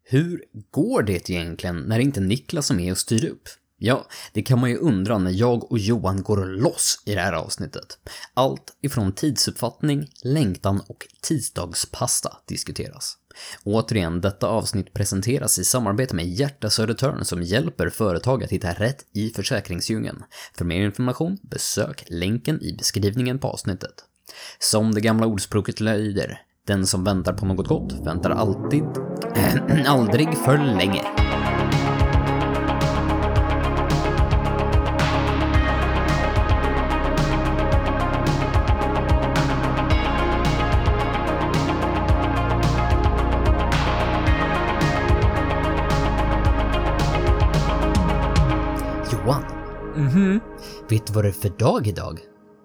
Hur går det egentligen när inte Niklas som är och styr upp? Ja, det kan man ju undra när jag och Johan går loss i det här avsnittet. Allt ifrån tidsuppfattning, längtan och tisdagspasta diskuteras. Återigen, detta avsnitt presenteras i samarbete med Hjärta Södertörn som hjälper företag att hitta rätt i försäkringsdjungeln. För mer information, besök länken i beskrivningen på avsnittet. Som det gamla ordspråket lyder, den som väntar på något gott väntar aldrig för länge. Johan, vet du vad det är för dag idag?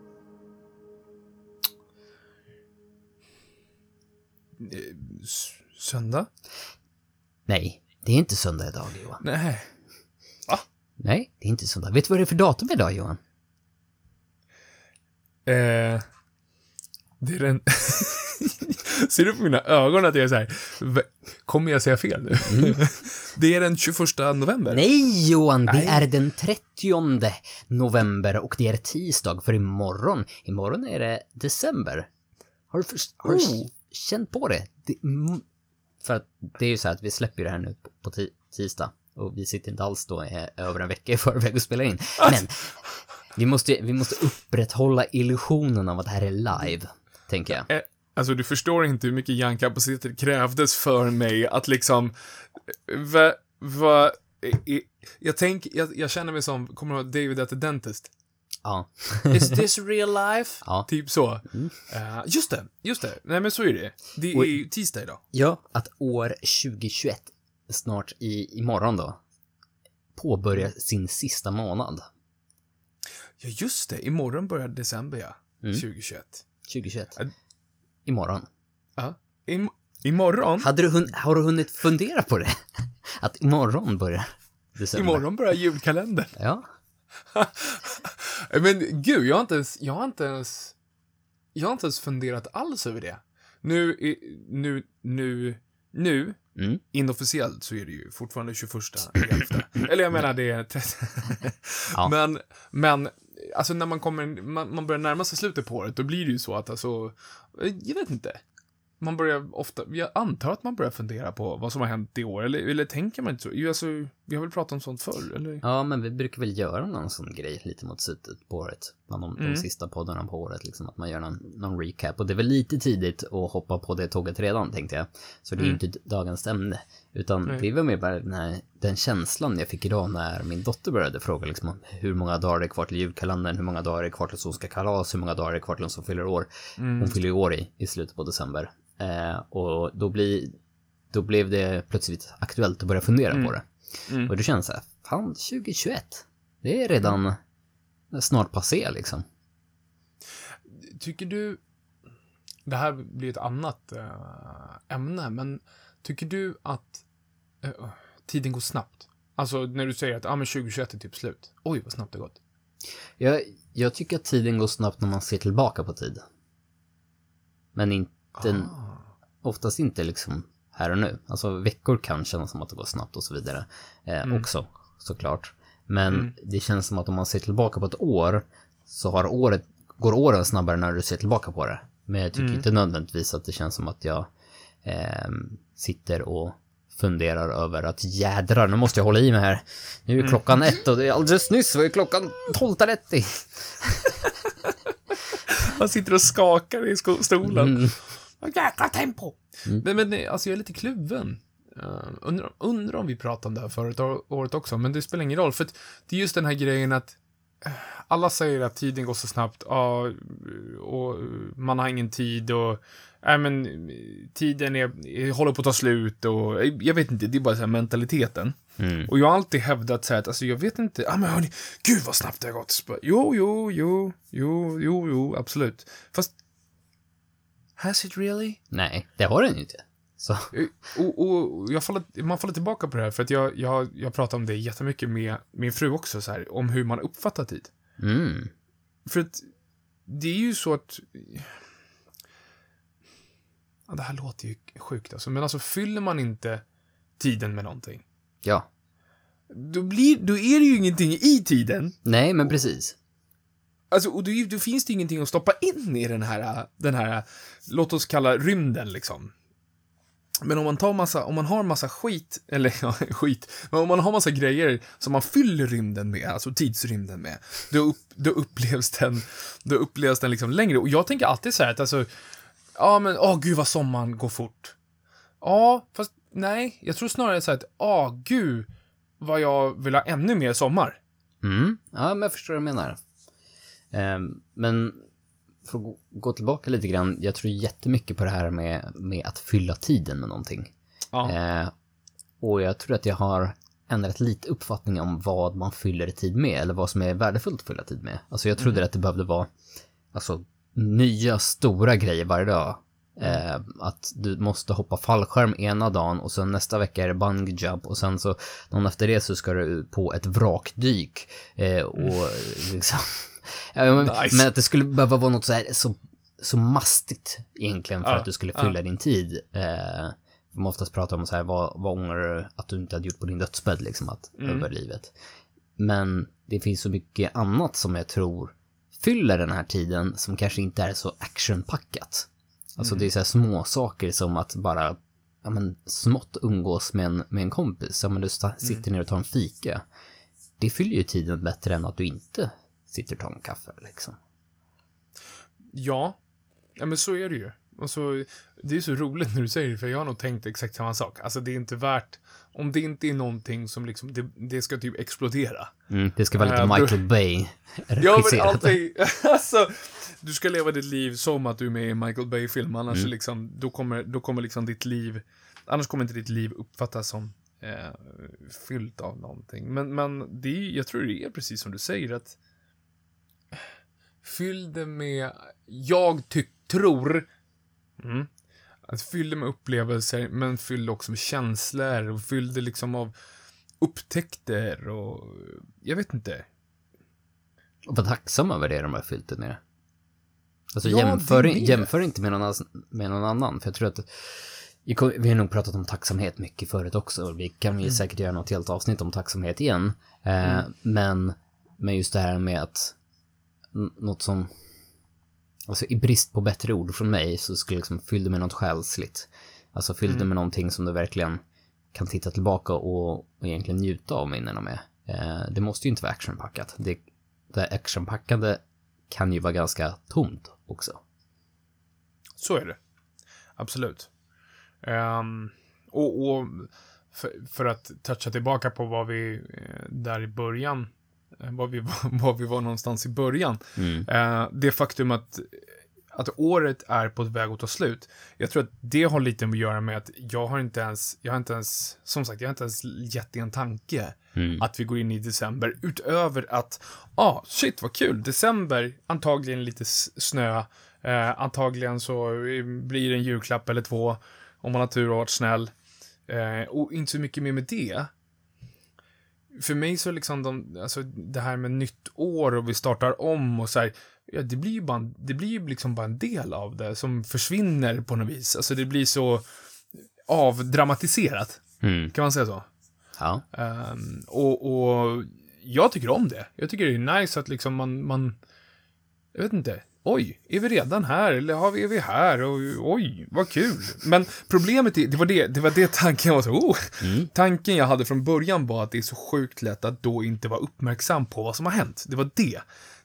Söndag? Nej, det är inte söndag idag, Johan. Nej. Va? Nej, det är inte söndag. Vet du vad det är för datum idag, Johan? Det är den... Ser du på mina ögon att jag är så här... Kommer jag säga fel nu? Det är den 21 november. Nej, Johan, det är den 30 november och det är tisdag för imorgon. Imorgon är det december. Har du känt på det? För att det är ju så här att vi släpper det här nu på tisdag och vi sitter inte alls då över en vecka i förväg och spelar in. Men vi måste upprätthålla illusionen av att det här är live, tänker jag. Alltså du förstår inte hur mycket hjärnkapacitet krävdes för mig att liksom jag känner mig som, kommer du ihåg David at the Dentist? Ja. Is this real life? Ja. Typ så. Just det. Nej men så är det. Det är ju tisdag idag. Ja, att år 2021 snart imorgon då påbörjar sin sista månad. Ja just det, imorgon börjar december 2021. 2021. Imorgon. Ja. Imorgon? Har du hunnit fundera på det? Att imorgon börjar december. Imorgon börjar julkalendern. Ja. Men gud, jag har inte ens funderat alls över det. Nu inofficiellt så är det ju fortfarande 21/11. Eller jag menar det är 30. Ja. Men alltså när man börjar närma sig slutet på året, då blir det ju så att alltså, jag vet inte. Man börjar ofta, jag antar att man börjar fundera på vad som har hänt i år, eller tänker man inte så? Alltså, vi har väl pratat om sånt förr, eller? Ja, men vi brukar väl göra någon sån grej lite mot slutet på året. Bland de sista poddarna på året, liksom, att man gör någon recap. Och det är väl lite tidigt att hoppa på det tåget redan, tänkte jag. Så det är inte dagens ämne. Utan det var mer bara den känslan jag fick idag när min dotter började fråga liksom, hur många dagar är det kvar till julkalendern, hur många dagar är det kvar till hon ska kalas, hur många dagar är det kvar till hon som fyller år. Hon fyller år i slutet på december. Och då blev det plötsligt aktuellt att börja fundera på det. Och det känns så här, fan, 2021, det är redan snart passé liksom. Tycker du, det här blir ett annat ämne, men tycker du att tiden går snabbt? Alltså när du säger att men 2021 är typ slut. Oj, vad snabbt det gått. Jag tycker att tiden går snabbt när man ser tillbaka på tid. Men inte oftast inte liksom här och nu. Alltså veckor kan kännas som att det går snabbt och så vidare. Också, såklart. Men det känns som att om man ser tillbaka på ett år så går åren snabbare när du ser tillbaka på det. Men jag tycker inte nödvändigtvis att det känns som att jag sitter och funderar över att jädrar, nu måste jag hålla i mig här. Nu är klockan 1 och det är alldeles nyss var klockan 12:30. Han sitter och skakar i stolen. Jäkla tempo. Men alltså jag är lite kluven. Undrar om vi pratade om det här förut året också. Men det spelar ingen roll. För att det är just den här grejen att alla säger att tiden går så snabbt. Och man har ingen tid. Och men tiden håller på att ta slut. Och jag vet inte, det är bara så här mentaliteten. Och jag har alltid hävdat så här att alltså, jag vet inte. Men hörni, gud vad snabbt det har gått. Jo, absolut. Fast has it really? Nej, det har den ju inte. Så. Och man faller tillbaka på det här för att jag pratar om det jättemycket med min fru också så här, om hur man uppfattar tid. För att det är ju så att det här låter ju sjukt alltså, men alltså fyller man inte tiden med någonting. Ja. Då är det ju ingenting i tiden. Nej, men precis. Alltså, och då finns det ingenting att stoppa in i den här, låt oss kalla rymden liksom. Men om man har massa skit, eller ja, skit, men om man har massa grejer som man fyller rymden med, alltså tidsrymden med, då upplevs den liksom längre. Och jag tänker alltid så här att alltså, ja men, gud vad sommaren går fort. Ja, fast nej, jag tror snarare så här att, gud vad jag vill ha ännu mer sommar. Ja, men jag förstår vad du menar. Men för att gå tillbaka lite grann, jag tror jättemycket på det här med att fylla tiden med någonting. Ja. Och jag tror att jag har ändrat lite uppfattning om vad man fyller tid med, eller vad som är värdefullt att fylla tid med. Alltså jag trodde att det behövde vara nya stora grejer varje dag. Att du måste hoppa fallskärm ena dagen och sen nästa vecka är det bungee jump och sen så någon efter det så ska du på ett vrakdyk och liksom nice. Men att det skulle behöva vara något så mastigt egentligen för att du skulle fylla din tid. Man oftast pratar om så här, vad ångrar du att du inte hade gjort på din dödsbädd liksom, över livet. Men det finns så mycket annat som jag tror fyller den här tiden som kanske inte är så actionpackat. Alltså det är så här små saker som att bara smått umgås med en kompis. Men du sitter ner och tar en fika. Det fyller ju tiden bättre än att du inte sitter och tar en kaffe liksom. Ja, men så är det ju. Och så, det är så roligt när du säger det, för jag har nog tänkt exakt samma sak. Alltså det är inte värt, om det inte är någonting som liksom, det ska typ explodera. Det ska vara lite Michael Bay regisserat. Ja, men alltid, alltså, du ska leva ditt liv som att du är med i en Michael Bay-film, annars liksom, då kommer liksom ditt liv, annars kommer inte ditt liv uppfattas som fyllt av någonting. Men det är, jag tror det är precis som du säger, att fyll det med, tror att fyll det med upplevelser, men fyll det också med känslor och fyll det liksom av upptäckter och jag vet inte. Och var tacksam över det de har fyllt det med. Alltså ja, jämför inte med någon annan, för jag tror att vi har nog pratat om tacksamhet mycket förut också. Vi kan ju säkert göra något helt avsnitt om tacksamhet igen. Men just det här med att något som, alltså i brist på bättre ord från mig, så skulle liksom fylla med något själsligt. Alltså fylla med någonting som du verkligen kan titta tillbaka och egentligen njuta av minnena med. Det måste ju inte vara actionpackat. Det actionpackade kan ju vara ganska tomt också. Så är det. Absolut. Och för att toucha tillbaka på vad vi där i början, var vi var någonstans i början. Det faktum att året är på väg att ta slut. Jag tror att det har lite att göra med att jag har inte ens gett en tanke att vi går in i december, utöver att shit vad kul, december, antagligen lite snö, antagligen så blir det en julklapp eller två om man har tur och varit snäll, och inte så mycket mer med det. För mig så liksom det här med nytt år och vi startar om och så här, ja, det blir ju liksom bara en del av det som försvinner på något vis. Alltså det blir så avdramatiserat. Kan man säga så? Ja. Och jag tycker om det. Jag tycker det är nice att liksom man jag vet inte. Oj, är vi redan här? Eller är vi här? Och, oj, vad kul. Men problemet är, det var det tanken var så. Tanken jag hade från början var att det är så sjukt lätt att då inte vara uppmärksam på vad som har hänt. Det var det.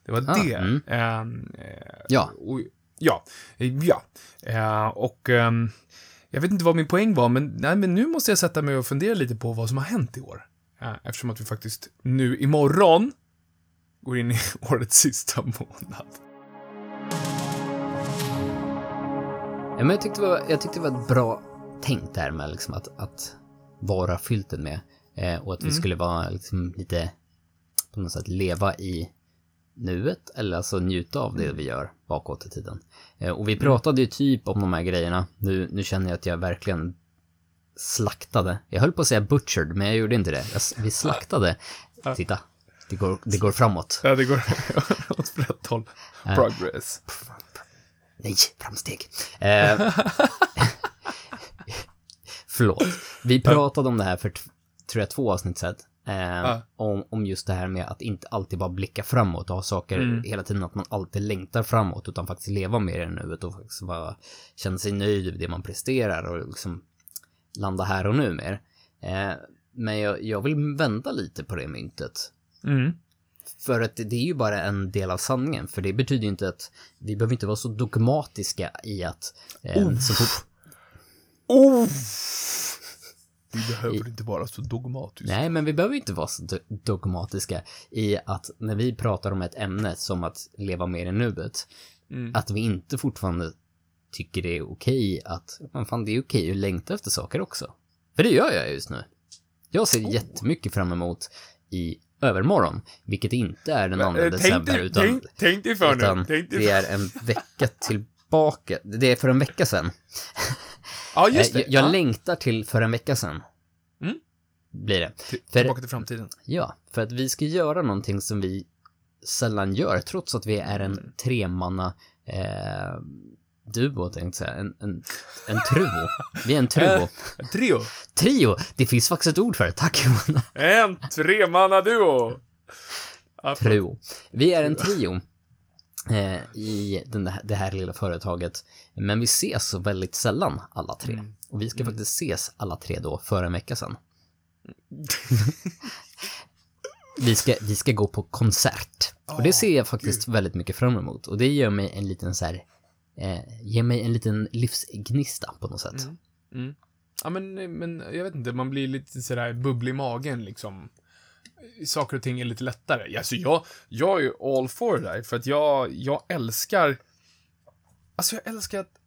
Och jag vet inte vad min poäng var, men nu måste jag sätta mig och fundera lite på vad som har hänt i år. Eftersom att vi faktiskt nu imorgon går in i årets sista månad. Ja, men jag tyckte det var ett bra tänkt där med liksom att vara fyllten med. Och att vi skulle vara liksom lite på något sätt leva i nuet, eller alltså njuta av det vi gör bakåt i tiden. Och vi pratade ju typ om de här grejerna. Nu känner jag att jag verkligen slaktade. Jag höll på att säga butchered, men jag gjorde inte det. Vi slaktade. Titta, det går framåt. Ja, det går åt rätt håll. Progress. Förlåt. Vi pratade om det här för, tror jag, 2 avsnitt sedan. Om just det här med att inte alltid bara blicka framåt och ha saker hela tiden, att man alltid längtar framåt, utan faktiskt leva mer i nuet och faktiskt bara känna sig nöjd med det man presterar och liksom landa här och nu mer. Men jag vill vända lite på det myntet. För att det är ju bara en del av sanningen. För det betyder ju inte att vi behöver inte vara så dogmatiska i att så fort... Vi behöver inte vara så dogmatiska. Nej, men vi behöver inte vara så dogmatiska i att när vi pratar om ett ämne som att leva mer i nuet, att vi inte fortfarande tycker det är okej att, det är okej att längta efter saker också. För det gör jag just nu. Jag ser jättemycket fram emot i övermorgon, vilket inte är den 2 december, utan det är en vecka tillbaka. Det är för en vecka sedan. Ja, just det. Jag längtar till för en vecka sedan. Blir det. Tillbaka till framtiden. Ja, för att vi ska göra någonting som vi sällan gör, trots att vi är en 3-manna duo, tänkte jag säga. En truo. Vi är en truo. Trio. Trio. Det finns faktiskt ett ord för det. Tack. En 3-manna duo. Truo. Vi är en trio i det här lilla företaget. Men vi ses så väldigt sällan alla 3. Och vi ska faktiskt ses alla 3 då för en vecka sedan. Vi ska gå på konsert. Och det ser jag faktiskt väldigt mycket fram emot. Och det gör mig en liten så här... ger mig en liten livsgnista på något sätt. Ja, men jag vet inte, man blir lite sådär bubblig i magen liksom. Saker och ting är lite lättare. Alltså jag är ju all for det där, för att jag älskar, alltså jag älskar att,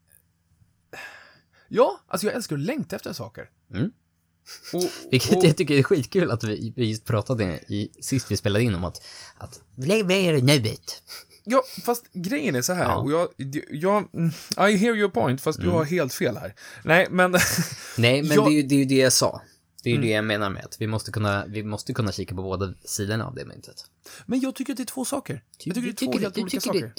jag älskar att längta efter saker. Vilket jag tycker är skitkul att vi just pratade sist vi spelade in om att leva i nuet. Ja, fast grejen är så här, och I hear your point, fast du har helt fel här. Nej, men det är ju det jag sa. Det är ju det jag menar med att vi måste kunna kika på båda sidorna av det myntet. Men jag tycker att det är 2 saker. Jag tycker det är 2 helt olika saker.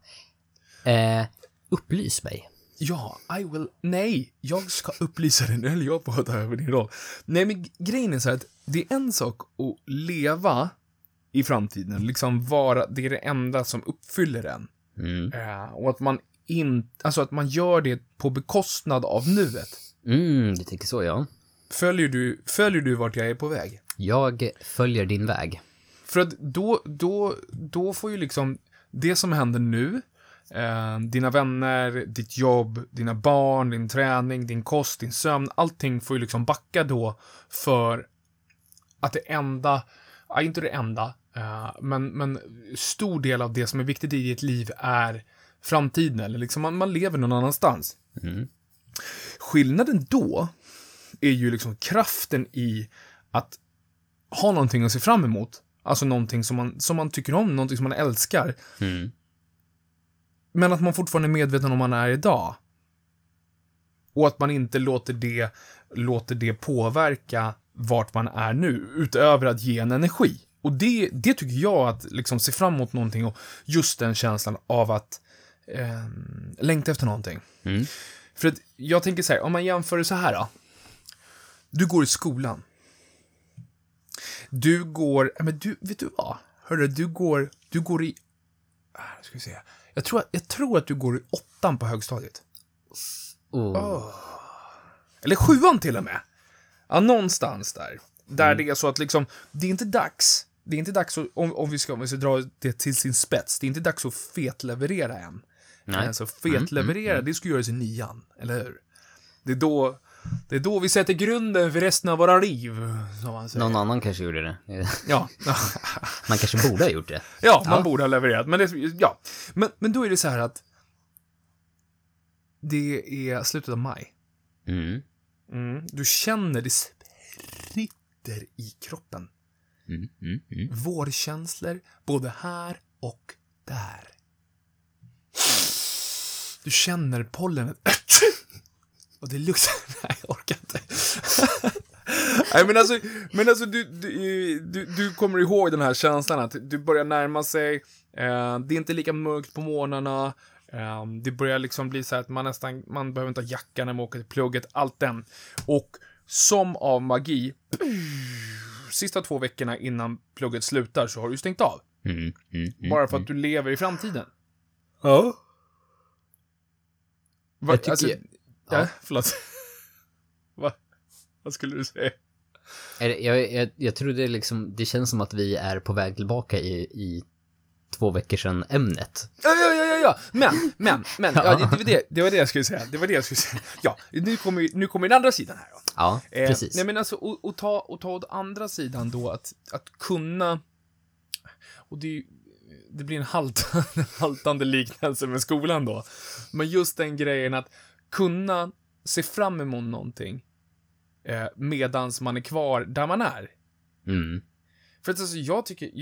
Upplys mig. Ja, nej, jag ska upplysa dig, nu höll jag på att ta över din roll. Nej, men grejen är så här att det är en sak att leva i framtiden, liksom det är det enda som uppfyller en. Och att man att man gör det på bekostnad av nuet. Det tycker så, ja. Följer du vart jag är på väg? Jag följer din väg. För att då får ju liksom det som händer nu, dina vänner, ditt jobb, dina barn, din träning, din kost, din sömn, allting får ju liksom backa då, för att inte det enda, men stor del av det som är viktigt i ett liv är framtiden, eller liksom man lever någon annanstans. Skillnaden då är ju liksom kraften i att ha någonting att se fram emot, alltså någonting som man tycker om, någonting som man älskar, men att man fortfarande är medveten om man är idag, och att man inte låter det påverka vart man är nu, utöver att ge en energi. Och det tycker jag, att liksom se fram emot någonting, och just den känslan av att längta efter någonting. För att jag tänker så här, om man jämför det så här då. Du går i skolan. Vet du vad? Hörru, du går i, ska vi se. Jag tror att du går i 8:an på högstadiet. Eller 7:an till och med. Ja, någonstans där. Där det är så att liksom, det är inte dags att, om vi ska dra det till sin spets, det är inte dags att fetleverera än. Nej. Alltså fetleverera, det ska göras i 9:an, eller hur? Det är då vi sätter grunden för resten av våra liv, som man säger. Någon annan kanske gjorde det. Ja. Man kanske borde ha gjort det. Ja, man borde ha levererat. Men då är det så här att det är slutet av maj. Du känner det spritter i kroppen. Vårkänslor, både här och där. Du känner pollenet. Och det luktar... Nej, jag orkar inte. Nej, men alltså du kommer ihåg den här känslan att du börjar närma sig. Det är inte lika mörkt på morgnarna. Det börjar liksom bli så här att man behöver inte ha jacka när man åker till plugget, allt den. Och som av magi, sista 2 veckorna innan plugget slutar så har du stängt av. Bara för att du lever i framtiden. Ja. Förlåt. Vad skulle du säga? Jag tror det liksom, det känns som att vi är på väg tillbaka i 2 veckor sedan ämnet. Ja. Men. Ja, det var det jag skulle säga. Ja, nu kommer den andra sidan här då. Ja, precis. Nej, men alltså, och ta åt andra sidan då, att kunna, och det blir en haltande liknelse med skolan då. Men just den grejen att kunna se fram emot någonting medans man är kvar där man är. För att alltså, jag tycker,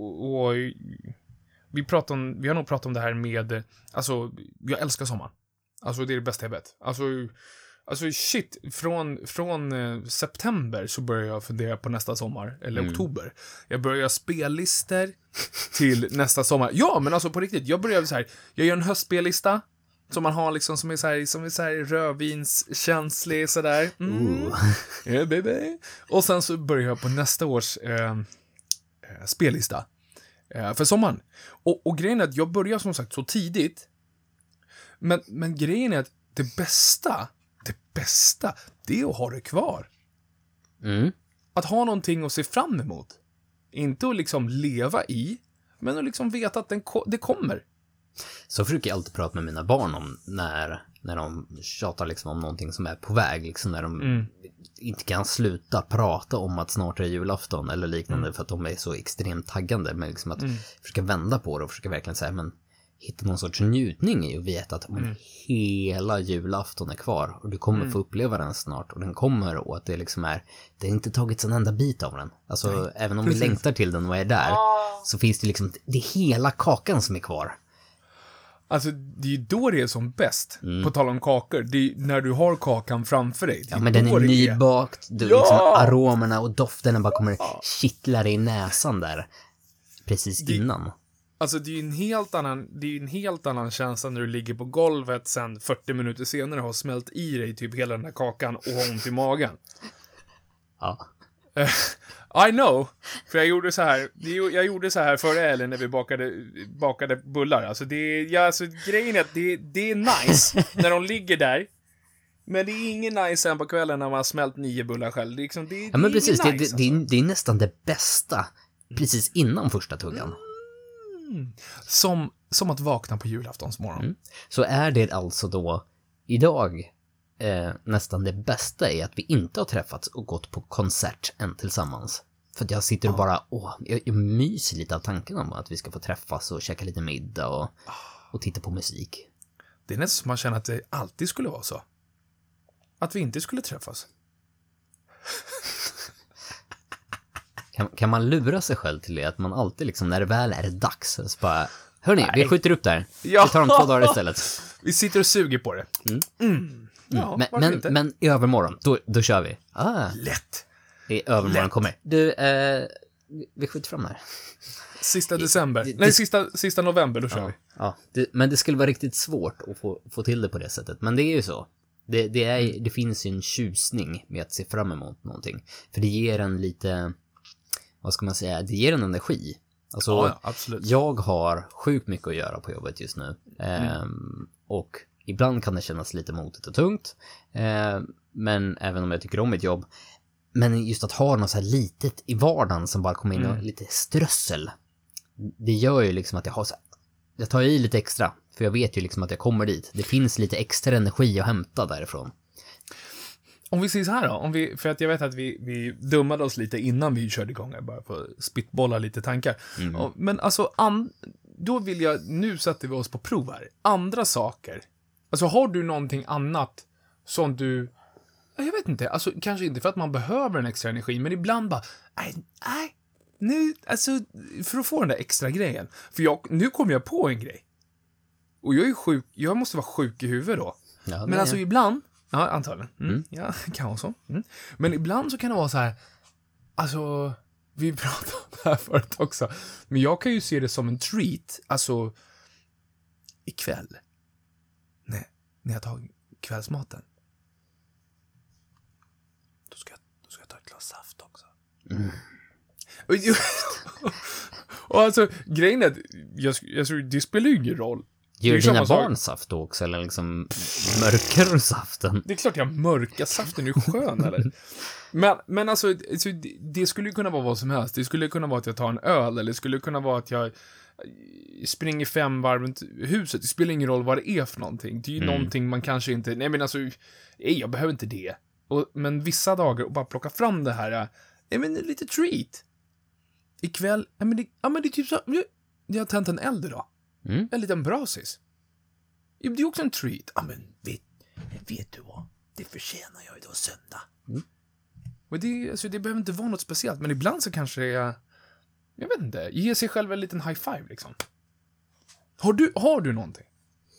vi har nog pratat om det här med, alltså, jag älskar sommar. Alltså, det är det bästa jag vet. Alltså shit, från september så börjar jag fundera på nästa sommar, eller oktober. Jag börjar göra spellister till nästa sommar. Ja, men alltså på riktigt, jag börjar så här, jag gör en höstspellista som man har liksom, som är så här rödvinskänslig sådär. Yeah, baby. Och sen så börjar jag på nästa års spellista för sommaren. Och grejen är att jag börjar som sagt så tidigt. Men grejen är att det bästa, det är att ha det kvar. Att ha någonting att se fram emot. Inte att liksom leva i, men att liksom veta att det kommer. Så försöker jag alltid prata med mina barn om när de tjatar liksom om någonting som är på väg. Liksom när de inte kan sluta prata om att snart är julafton eller liknande för att de är så extremt taggande. Men liksom att försöka vända på det och försöka verkligen säga, men hitta någon sorts njutning i att veta att hela julafton är kvar och du kommer få uppleva den snart och den kommer, och att det liksom det är inte tagits en enda bit av den. Alltså även om vi längtar till den och är där så finns det liksom, det är hela kakan som är kvar. Alltså, det är ju då det är som bäst. På tal om kakor. Det är när du har kakan framför dig. Ja, men den är nybakt. Liksom aromerna och dofterna bara kommer kittla i näsan där. Precis innan. Alltså, det är en helt annan känsla när du ligger på golvet sen 40 minuter senare har smält i dig typ hela den här kakan och har ont i magen. Ja. I know, för jag gjorde så här förra helgen när vi bakade bullar. Alltså grejen är att det är nice när de ligger där. Men det är ingen nice sen på kvällen när man har smält 9 bullar själv. Det är liksom, ja, men precis, nice, det är nästan det bästa precis innan första tuggan. Som att vakna på julaftonsmorgon. Så är det alltså då idag nästan det bästa är att vi inte har träffats och gått på konsert än tillsammans. För att jag sitter och bara, jag myser lite av tanken om att vi ska få träffas och käka lite middag och titta på musik. Det är nästan som man känner att det alltid skulle vara så. Att vi inte skulle träffas. Kan man lura sig själv till det? Att man alltid liksom, när det väl är dags, så bara, hörni, vi skjuter upp där. Vi tar dem 2 dagar istället. Vi sitter och suger på det. Ja, men i övermorgon, då kör vi. Lätt. I övermorgon kommer. Du, vi skjuter fram här. Sista december. Nej, sista november, då kör vi. Ja, men det skulle vara riktigt svårt att få till det på det sättet. Men det är ju så. Det finns ju en tjusning med att se fram emot någonting. För det ger en lite, vad ska man säga, det ger en energi. Alltså, ja, absolut. Jag har sjukt mycket att göra på jobbet just nu. Och ibland kan det kännas lite motigt och tungt. Men även om jag tycker om mitt jobb. Men just att ha något så här litet i vardagen som bara kommer in och lite strössel. Det gör ju liksom att jag tar i lite extra. För jag vet ju liksom att jag kommer dit. Det finns lite extra energi att hämta därifrån. Om vi säger så här då. För att jag vet att vi dummade oss lite innan vi körde igång. Bara för att spitbolla lite tankar. Men alltså, då vill jag, nu sätter vi oss på prov här. Andra saker. Alltså, har du någonting annat som du, jag vet inte, alltså kanske inte för att man behöver en extra energi, men ibland bara, nej, nu, alltså, för att få den där extra grejen. För nu kommer jag på en grej. Och jag är sjuk, jag måste vara sjuk i huvudet då. Ja, men alltså ibland, ja, antagligen. Ja, kan vara så. Men ibland så kan det vara så här, alltså, vi pratade om det här förut också, men jag kan ju se det som en treat, alltså, ikväll. när jag tar kvällsmaten, då ska jag ta ett glas saft också. Och alltså, grejen är att jag tror det spelar ju ingen roll. Gör dina barn saft då också, eller liksom mörkar du saften? Det är klart jag mörkar saften, är ju skön, eller? Men alltså, det skulle ju kunna vara vad som helst. Det skulle kunna vara att jag tar en öl, eller det skulle kunna vara att jag springer 5 varv runt huset. Det spelar ingen roll vad det är för någonting. Det är ju någonting man kanske inte... Nej, men alltså, jag behöver inte det. Men vissa dagar, och bara plocka fram det här, lite treat. Ikväll, men det är typ så... Jag har tänt en eld idag. En liten brasis. Det är också en treat. Ja, men vet du vad? Det förtjänar jag idag söndag. Och det behöver inte vara något speciellt, men ibland så kanske jag vet inte, ge sig själv en liten high five liksom. Har du någonting?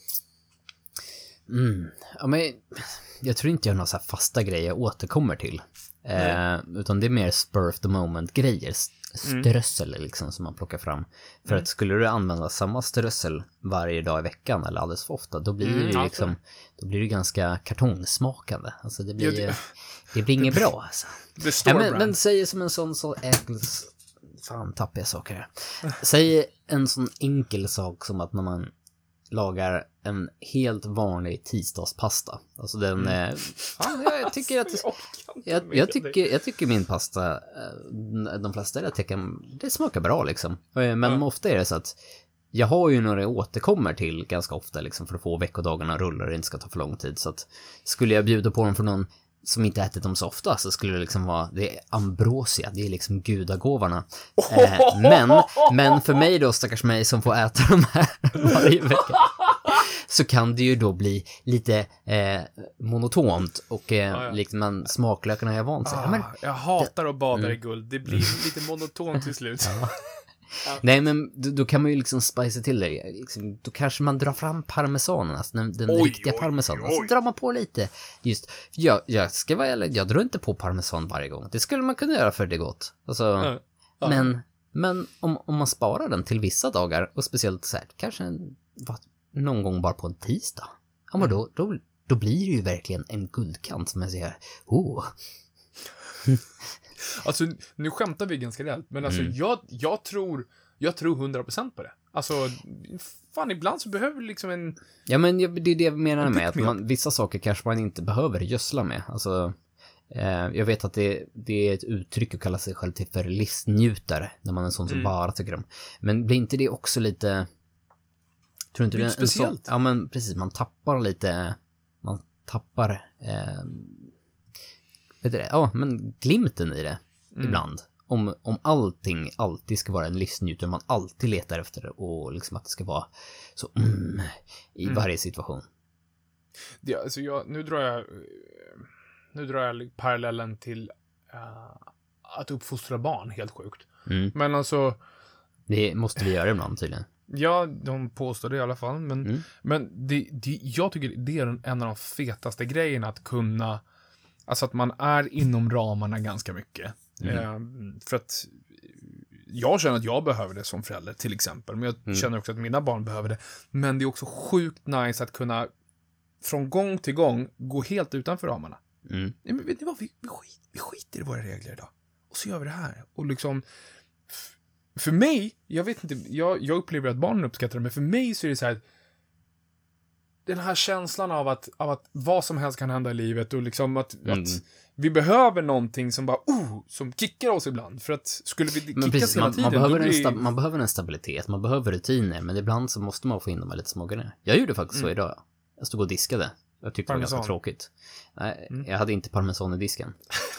Ja, men jag tror inte jag har några så här fasta grejer jag återkommer till. Utan det är mer spur of the moment grejer, strössel liksom, som man plockar fram. För att skulle du använda samma strössel varje dag i veckan eller alldeles för ofta, då blir det ju liksom, då blir det ganska kartongsmakande. Alltså det blir inget bra alltså. Men säg som en sån så fan tappar jag saker här. Säg en sån enkel sak som att när man lagar en helt vanlig tisdagspasta. Alltså den jag tycker att jag tycker min pasta, de flesta det smakar bra liksom. Men ofta är det så att jag har ju några jag återkommer till ganska ofta liksom, för att få veckodagarna rullar och det inte ska ta för lång tid. Så att skulle jag bjuda på dem för någon som inte ätit dem så ofta, så skulle det liksom vara, det är ambrosia, det är liksom gudagåvorna. Men för mig då, stackars mig som får äta de här varje vecka, så kan det ju då bli lite monotont och liksom smaklökarna jag vant sig. Jag hatar att bada i guld, det blir lite monotont till slut. Nej, men då kan man ju liksom spice till det liksom, då kanske man drar fram parmesanen, alltså den riktiga parmesanen, så drar man på lite. Just, jag ska vara ärlig, jag drar inte på parmesan varje gång. Det skulle man kunna göra för det är gott alltså, men om man sparar den till vissa dagar, och speciellt så här, kanske någon gång bara på en tisdag, ja, men då blir det ju verkligen en guldkant som jag säger. Alltså, nu skämtar vi ganska rätt, men alltså, jag tror 100% på det. Alltså, fan, ibland så behöver du liksom en... Ja, men det är det jag menar med att vissa saker kanske man inte behöver gödsla med. Alltså, jag vet att det är ett uttryck att kalla sig själv till för livsnjutare, när man är en sån som bara tycker om. Men blir inte det också lite... Tror inte det är speciellt? Ja, men precis, man tappar lite... Man tappar... men glimten i det ibland. Om allting alltid ska vara en livsnjutare, man alltid letar efter det, och liksom att det ska vara så i varje situation. Ja, alltså nu drar jag parallellen till att uppfostra barn, helt sjukt. Men alltså, det måste vi göra ibland tydligen. Ja, de påstår det i alla fall, men jag tycker det är en av de fetaste grejerna, att kunna, alltså att man är inom ramarna ganska mycket. För att jag känner att jag behöver det som förälder, till exempel. Men jag känner också att mina barn behöver det. Men det är också sjukt nice att kunna från gång till gång gå helt utanför ramarna. Men vet ni vad? Vi skiter i våra regler idag. Och så gör vi det här. Och liksom, för mig, jag vet inte, jag upplever att barnen uppskattar det, men för mig så är det så här, den här känslan av att vad som helst kan hända i livet, och liksom att vi behöver någonting som bara som kickar oss ibland, för att skulle vi kickas hela tiden, man behöver en stabilitet, man behöver rutiner, men ibland så måste man få in dem lite smågrejer. Jag gjorde faktiskt så idag. Jag stod och diskade. Jag tyckte det var ganska tråkigt. Nej, jag hade inte parmesan i disken.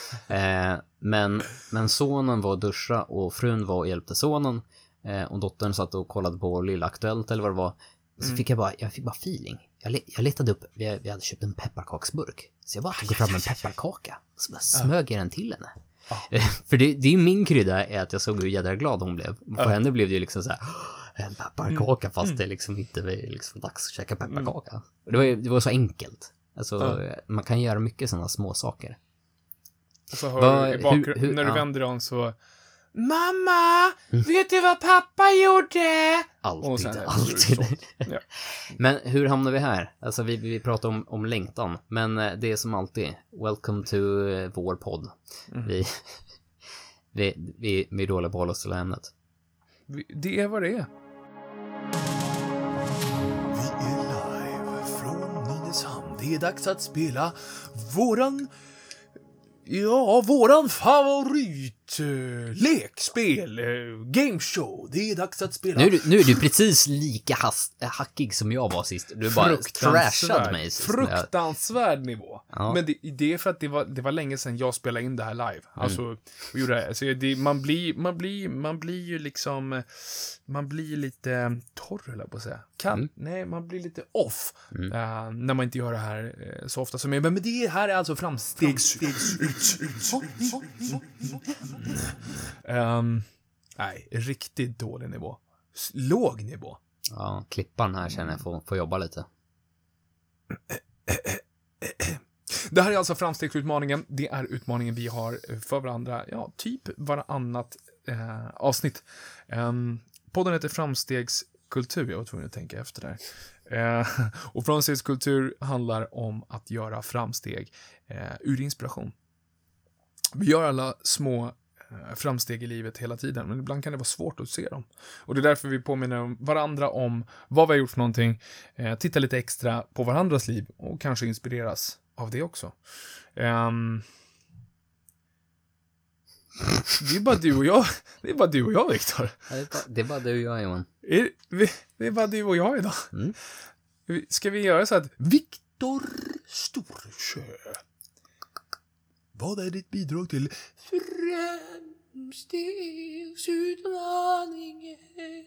Men sonen var och duscha, och frun var och hjälpte sonen, och dottern satt och kollade på Lilla Aktuellt eller vad det var. Så fick jag fick bara feeling. Jag letade upp, vi hade köpt en pepparkaksburk. Så jag bara tog fram en pepparkaka. Så bara smög jag den till henne. För det är ju min krydda, är att jag såg hur jädra glad hon blev. För henne blev det ju liksom så här, en pepparkaka, fast det liksom inte var liksom dags att käka pepparkaka. Det var så enkelt. Alltså, man kan göra mycket sådana små saker. Och så hör du i bakgrunden, när du vänder om, så mamma, vet du vad pappa gjorde? Alltid. Ja. Men hur hamnar vi här? Alltså vi pratar om längtan. Men det är som alltid. Welcome to vår podd. Vi är dåliga på att hålla oss till ämnet. Det är vad det är. Vi är live från Nynäshamn. Det är dags att spela våran favorit lekspel, gameshow. Det är dags att spela. Nu är du precis lika hackig som jag var sist. Du bara trashade mig sist. Fruktansvärd nivå. Ja. Men det är för att det var länge sedan jag spelade in det här live. Alltså, och gjorde det. Alltså, man blir ju liksom, man blir lite torr, eller på att säga. Nej, man blir lite off när man inte gör det här så ofta som jag. Men det här är alltså nej, riktigt dålig nivå. Låg nivå. Ja, klippan här känner jag får jobba lite. Det här är alltså framstegsutmaningen. Det är utmaningen vi har för varandra, typ varannat avsnitt. Podden heter Framstegskultur. Jag var tvungen att tänka efter där. Och framstegskultur handlar om att göra framsteg ur inspiration. Vi gör alla små framsteg i livet hela tiden, men ibland kan det vara svårt att se dem. Och det är därför vi påminner varandra om vad vi har gjort för någonting, titta lite extra på varandras liv och kanske inspireras av det också. Det är bara du och jag. Det är bara du och jag, Viktor. Det är bara du och jag, Johan. Det är bara du och jag idag. Ska vi göra så att Viktor Storsjö, vad är ditt bidrag till framstegsutmaningen?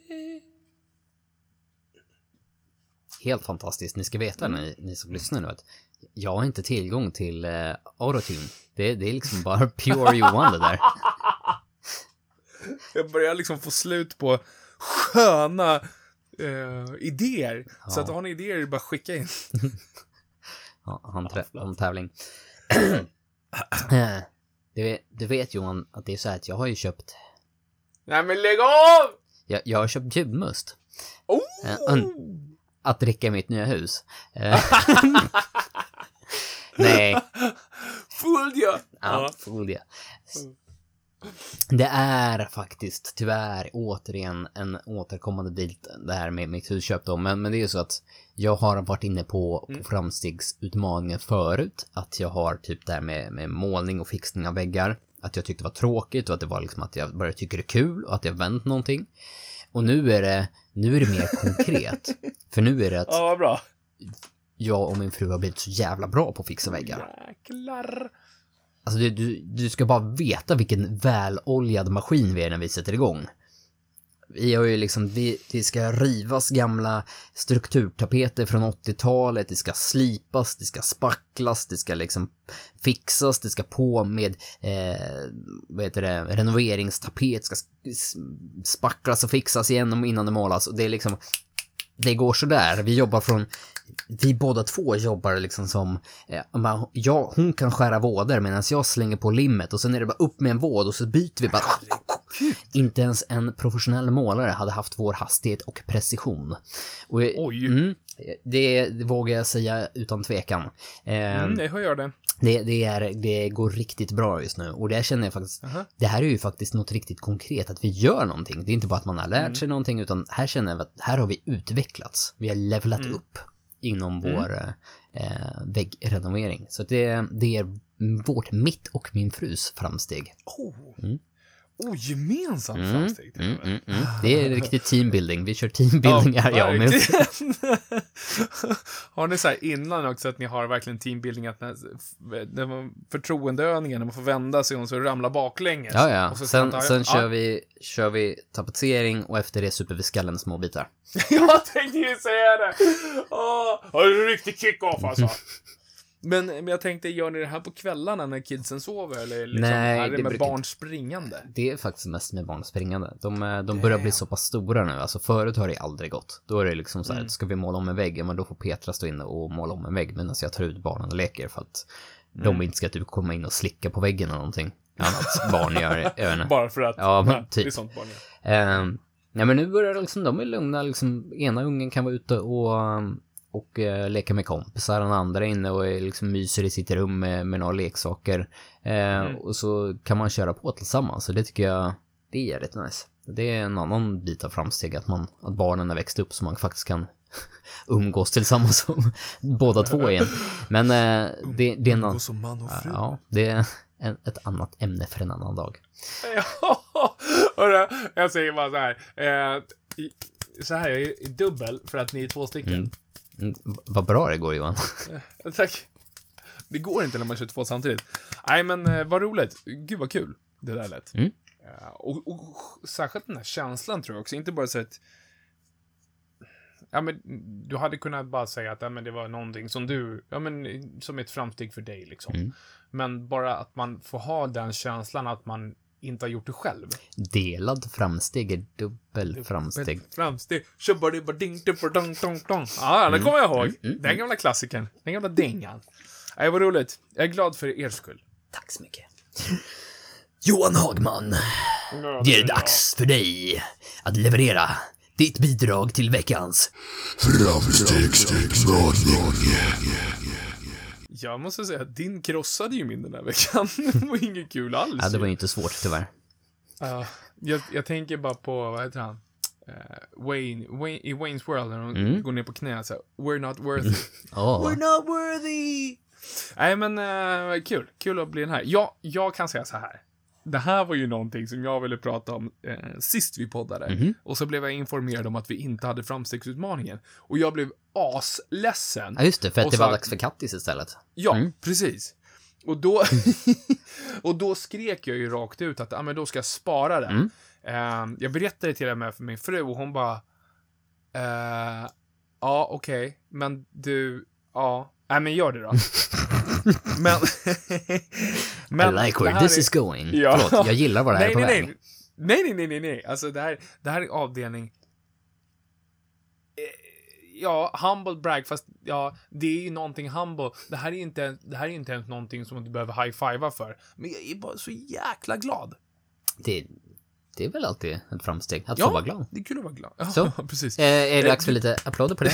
Helt fantastiskt. Ni ska veta, ni som lyssnar nu, att jag har inte tillgång till autotune. Det är liksom bara pure Johan det där. Jag börjar liksom få slut på sköna idéer. Så att har ni idéer, bara skicka in. Om tävling. Du vet Johan, att det är så här att jag har ju köpt... Nej, men lägg av! Jag har köpt julmust. Att dricka i mitt nya hus. Nej. Fooled jag. Det är faktiskt tyvärr återigen en återkommande bit det här med mitt husköp då. Men det är ju så att jag har varit inne på framstegsutmaningen förut. Att jag har typ det här med målning och fixning av väggar. Att jag tyckte det var tråkigt och att det var liksom att jag började tycka det är kul och att jag vänt någonting. Och nu är det mer konkret. För nu är det att vad bra. Jag och min fru har blivit så jävla bra på att fixa väggar. Jäklar. Alltså du ska bara veta vilken väloljad maskin vi är när vi sätter igång. Vi har ju liksom, det ska rivas gamla strukturtapeter från 80-talet, det ska slipas, det ska spacklas, det ska liksom fixas, det ska på med renoveringstapet, ska spacklas och fixas igen innan det målas. Och det är liksom, det går så där. Vi båda två jobbar liksom som hon kan skära vådor medan jag slänger på limmet och sen är det bara upp med en våd och så byter vi bara. Inte ens en professionell målare hade haft vår hastighet och precision. Och, det vågar jag säga utan tvekan. Jag hör det. Det går riktigt bra just nu. Och det känner jag faktiskt, det här är ju faktiskt något riktigt konkret, att vi gör någonting. Det är inte bara att man har lärt sig någonting, utan här känner jag att här har vi utvecklats. Vi har levlat upp inom vår väggrenovering. Så det är mitt och min frus framsteg. Gemensamt framsteg. Det är riktigt teambuilding. Vi kör teambuilding här, jag och min fru. Har ni så här innan också att ni har verkligen teambuilding, att när förtroendeövningen, när man får vända sig och så ramlar baklänges. Ja. Och så sen kör vi tapetsering och efter det super vi skallen små bitar. Jag tänkte ju säga det. Har du riktigt kick-off alltså? Men jag tänkte, gör ni det här på kvällarna när kidsen sover? Eller liksom, nej, är det med barn springande? Det är faktiskt mest med barn springande. De börjar bli så pass stora nu. Alltså förut har det aldrig gått. Då är det liksom så här, ska vi måla om en vägg? Men då får Petra stå inne och måla om en vägg. Men alltså jag tar ut barnen och leker för att de inte ska typ komma in och slicka på väggen eller någonting. annat barn gör. Jag vet inte. Bara för att Ja, men typ. det är sånt barn gör. Ja, men nu börjar liksom, de är lugna. Liksom, ena ungen kan vara ute och leka med kompisar. Den andra är inne och är liksom myser i sitt rum med några leksaker. Och så kan man köra på tillsammans. Så det tycker jag, det är rätt nice. Det är en annan bit av framsteg att barnen har växt upp så man faktiskt kan umgås tillsammans som båda två igen. Men det är en annan, som man och fru. ja, det är ett annat ämne för en annan dag. Ja, jag säger bara så här. Så här, jag är dubbel för att ni är 2 stycken. Vad bra det går, Johan. Tack. Det går inte när man kör 2 samtidigt. Nej, men vad roligt. Gud vad kul det där lät. Och särskilt den här känslan tror jag också. Inte bara så att ja, men du hade kunnat bara säga att ja, men det var någonting som du, ja, men som ett framsteg för dig liksom. Men bara att man får ha den känslan att man inte har gjort det själv. Delad framsteg är dubbel framsteg. Framsteg. Ja, det kommer jag ihåg. Den gamla klassikern. Den gamla dingan. Det var roligt. Jag är glad för er skull. Tack så mycket. Johan Hagman, det är dags för dig att leverera ditt bidrag till veckans framstegsutmaning. Jag måste säga att din krossade ju min den här veckan. Det var inget kul alls. Ja, det var ju inte svårt tyvärr. Jag tänker bara på, vad heter han? Wayne i Wayne's World när de går ner på knä så här, we're not worthy. We're not worthy. Nej, men kul att bli den här. Jag kan säga så här. Det här var ju någonting som jag ville prata om sist vi poddade. Och så blev jag informerad om att vi inte hade framstegsutmaningen. Och jag blev asledsen. Ja, just det, för att det var dags för Kattis istället. Ja, precis. Och då skrek jag ju rakt ut att men då ska jag spara den. Jag berättade till och med för min fru och hon bara ja, okej. Men du, ja. Nej, men gör det då. men I like where this is going. Ja. Förlåt, jag gillar vad det här är på väg. Nej. Alltså det här är avdelning. Ja, humble brag, fast ja, det är ju någonting humble. Det här är inte ens någonting som du behöver high-fivea för. Men jag är bara så jäkla glad. Det är väl alltid ett framsteg att få vara glad. Det är kul att vara glad. Ja, så, precis. Är det dags för lite applåder på det?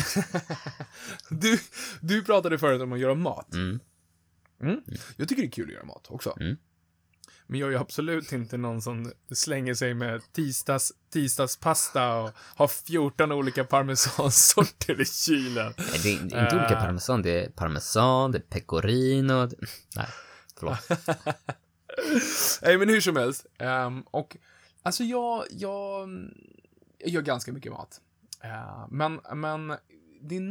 Du pratade förut om att göra mat. Jag tycker det är kul att göra mat också. Men jag är ju absolut inte någon som slänger sig med tisdagspasta och har 14 olika parmesansorter i kylen. Nej, det är inte olika parmesan. Det är parmesan, det är pecorino. Nej, förlåt. Nej, men hur som helst. Och alltså jag gör ganska mycket mat. Men det är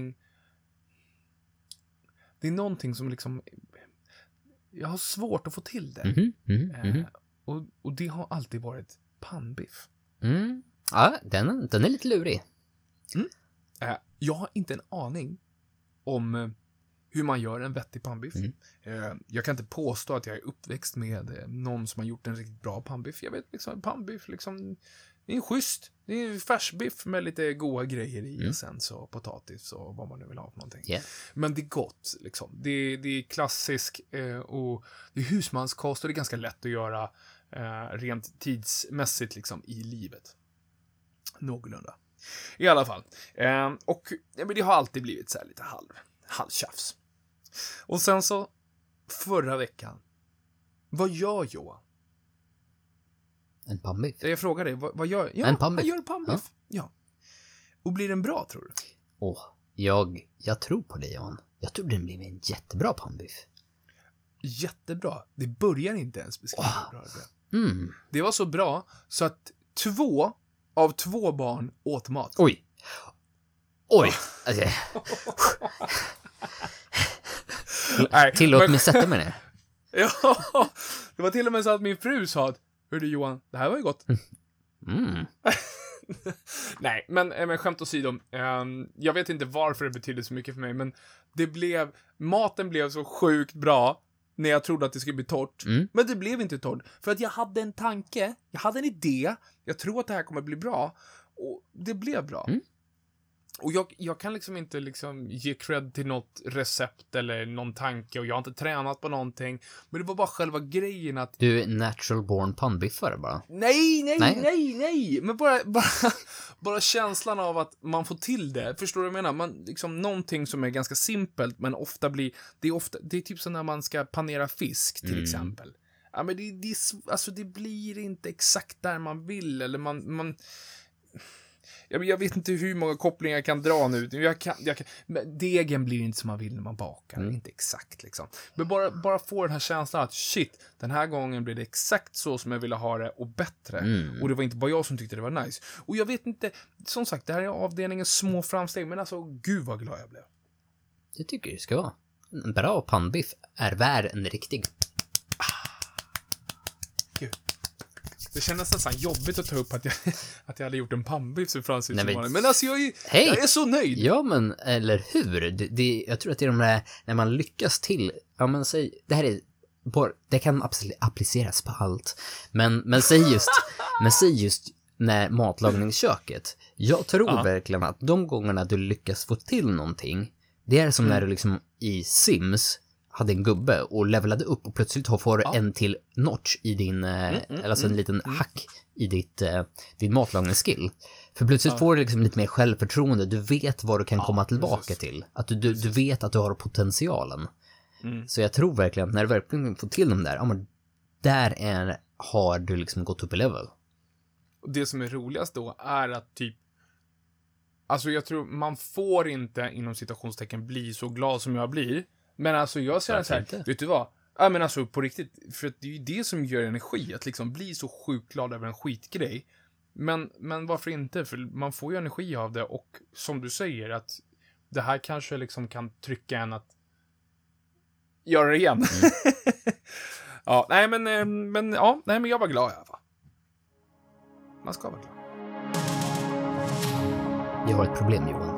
någonting som liksom jag har svårt att få till det. Och det har alltid varit pannbiff. Ja, den är lite lurig. Jag har inte en aning om hur man gör en vettig pannbiff. Jag kan inte påstå att jag är uppväxt med någon som har gjort en riktigt bra pannbiff. Jag vet liksom, pannbiff liksom, det är schysst. Det är färsbiff med lite goda grejer i sen så potatis och vad man nu vill ha för någonting. Yeah. Men det är gott liksom. Det är klassisk och det är husmanskost och det är ganska lätt att göra rent tidsmässigt liksom i livet. Någorlunda. I alla fall. Och men det har alltid blivit så här lite halvtjafs. Och sen så förra veckan, vad gör Johan? En pannbiff. Jag frågar dig, vad gör jag? En pannbiff. Jag gör pannbiff. Ja. Och blir den bra, tror du? Jag tror på det, Johan. Jag tror den blir en jättebra pannbiff. Jättebra. Det börjar inte ens beskriva hur bra det är. Det var så bra så att 2 av 2 barn åt mat. Oj. Alltså, tillåt mig sätta mig ner. Ja, det var till och med så att min fru sa att hörru Johan, det här var ju gott. Nej, men skämt åsido. Jag vet inte varför det betydde så mycket för mig, men maten blev så sjukt bra när jag trodde att det skulle bli torrt. Men det blev inte torrt. För att jag hade en tanke, jag hade en idé. Jag tror att det här kommer bli bra. Och det blev bra. Och jag kan liksom inte liksom ge cred till något recept eller någon tanke, och jag har inte tränat på någonting. Men det var bara själva grejen att... Du är natural born pannbiffare bara. Nej. Men bara känslan av att man får till det. Förstår du vad jag menar? Man, liksom, någonting som är ganska simpelt, men ofta blir... Det är typ som när man ska panera fisk, till exempel. Ja, men alltså det blir inte exakt där man vill, eller man jag vet inte hur många kopplingar jag kan dra nu. Men degen blir inte som man vill när man bakar. Inte exakt liksom. Men bara få den här känslan att shit, den här gången blir det exakt så som jag ville ha det och bättre. Och det var inte bara jag som tyckte det var nice. Och jag vet inte, som sagt, det här är avdelningens små framsteg, men alltså, gud vad glad jag blev. Det tycker jag ska vara. En bra pannbiff är värd en riktig. Gud. Det kändes nästan jobbigt att ta upp att jag hade gjort en pannbiff så Francis. Men alltså jag är så nöjd. Ja, men eller hur? Jag tror att det är de där, när man lyckas till, ja men säg, det här är, det kan absolut appliceras på allt. Men säg just när matlagningsköket. Jag tror verkligen att de gångerna du lyckas få till någonting, det är som när du liksom i Sims hade en gubbe och levelade upp och plötsligt får du en till notch i din, alltså en liten hack i din matlagningsskill. För plötsligt får du liksom lite mer självförtroende. Du vet vad du kan komma tillbaka till. Att du vet att du har potentialen. Så jag tror verkligen att när du verkligen får till dem där, ja, men där har du liksom gått upp i level. Och det som är roligast då är att typ, alltså jag tror man får inte inom citationstecken bli så glad som jag blir. Men alltså jag säger så här, vet du vad? Ja, men alltså på riktigt, för att det är ju det som gör energi, att liksom bli så sjukt glad över en skitgrej. Men varför inte? För man får ju energi av det, och som du säger, att det här kanske liksom kan trycka en att göra det igen. Ja, men jag var glad i alla fall. Man ska vara glad. Jag har ett problem, Johan.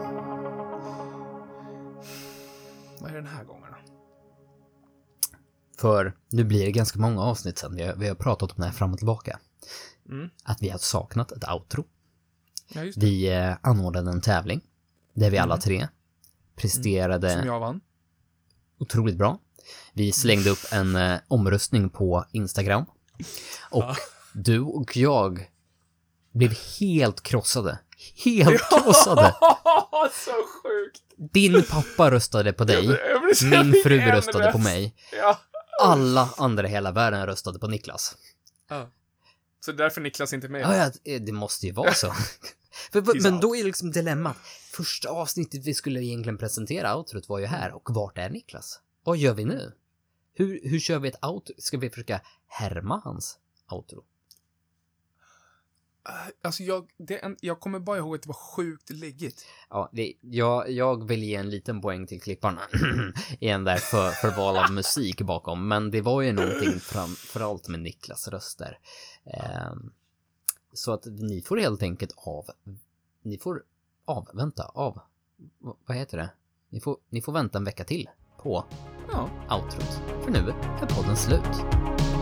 Vad är det den här gången då? För nu blir det ganska många avsnitt sedan vi har pratat om det här fram och tillbaka. Att vi har saknat ett outro. Ja, just det. Vi anordnade en tävling där vi alla tre presterade som jag vann. Otroligt bra. Vi slängde upp en omröstning på Instagram. Och du och jag blev helt krossade. Så sjukt. Din pappa röstade på dig. Min fru röstade på mig. Ja. Alla andra i hela världen röstade på Niklas. Ja. Så därför Niklas inte med. Ja, det måste ju vara så. Men då är det liksom dilemmat. Första avsnittet vi skulle egentligen presentera outrot var ju här. Och vart är Niklas? Vad gör vi nu? Hur kör vi ett outro? Ska vi försöka härma hans outro? Alltså jag kommer bara ihåg att det var sjukt läggigt. Ja, jag vill ge en liten poäng till klipparna. Igen där för val av musik bakom. Men det var ju någonting framförallt med Niklas röster. Så att ni får helt enkelt vänta. Vad heter det? Ni får vänta en vecka till på outrot. För nu är podden slut.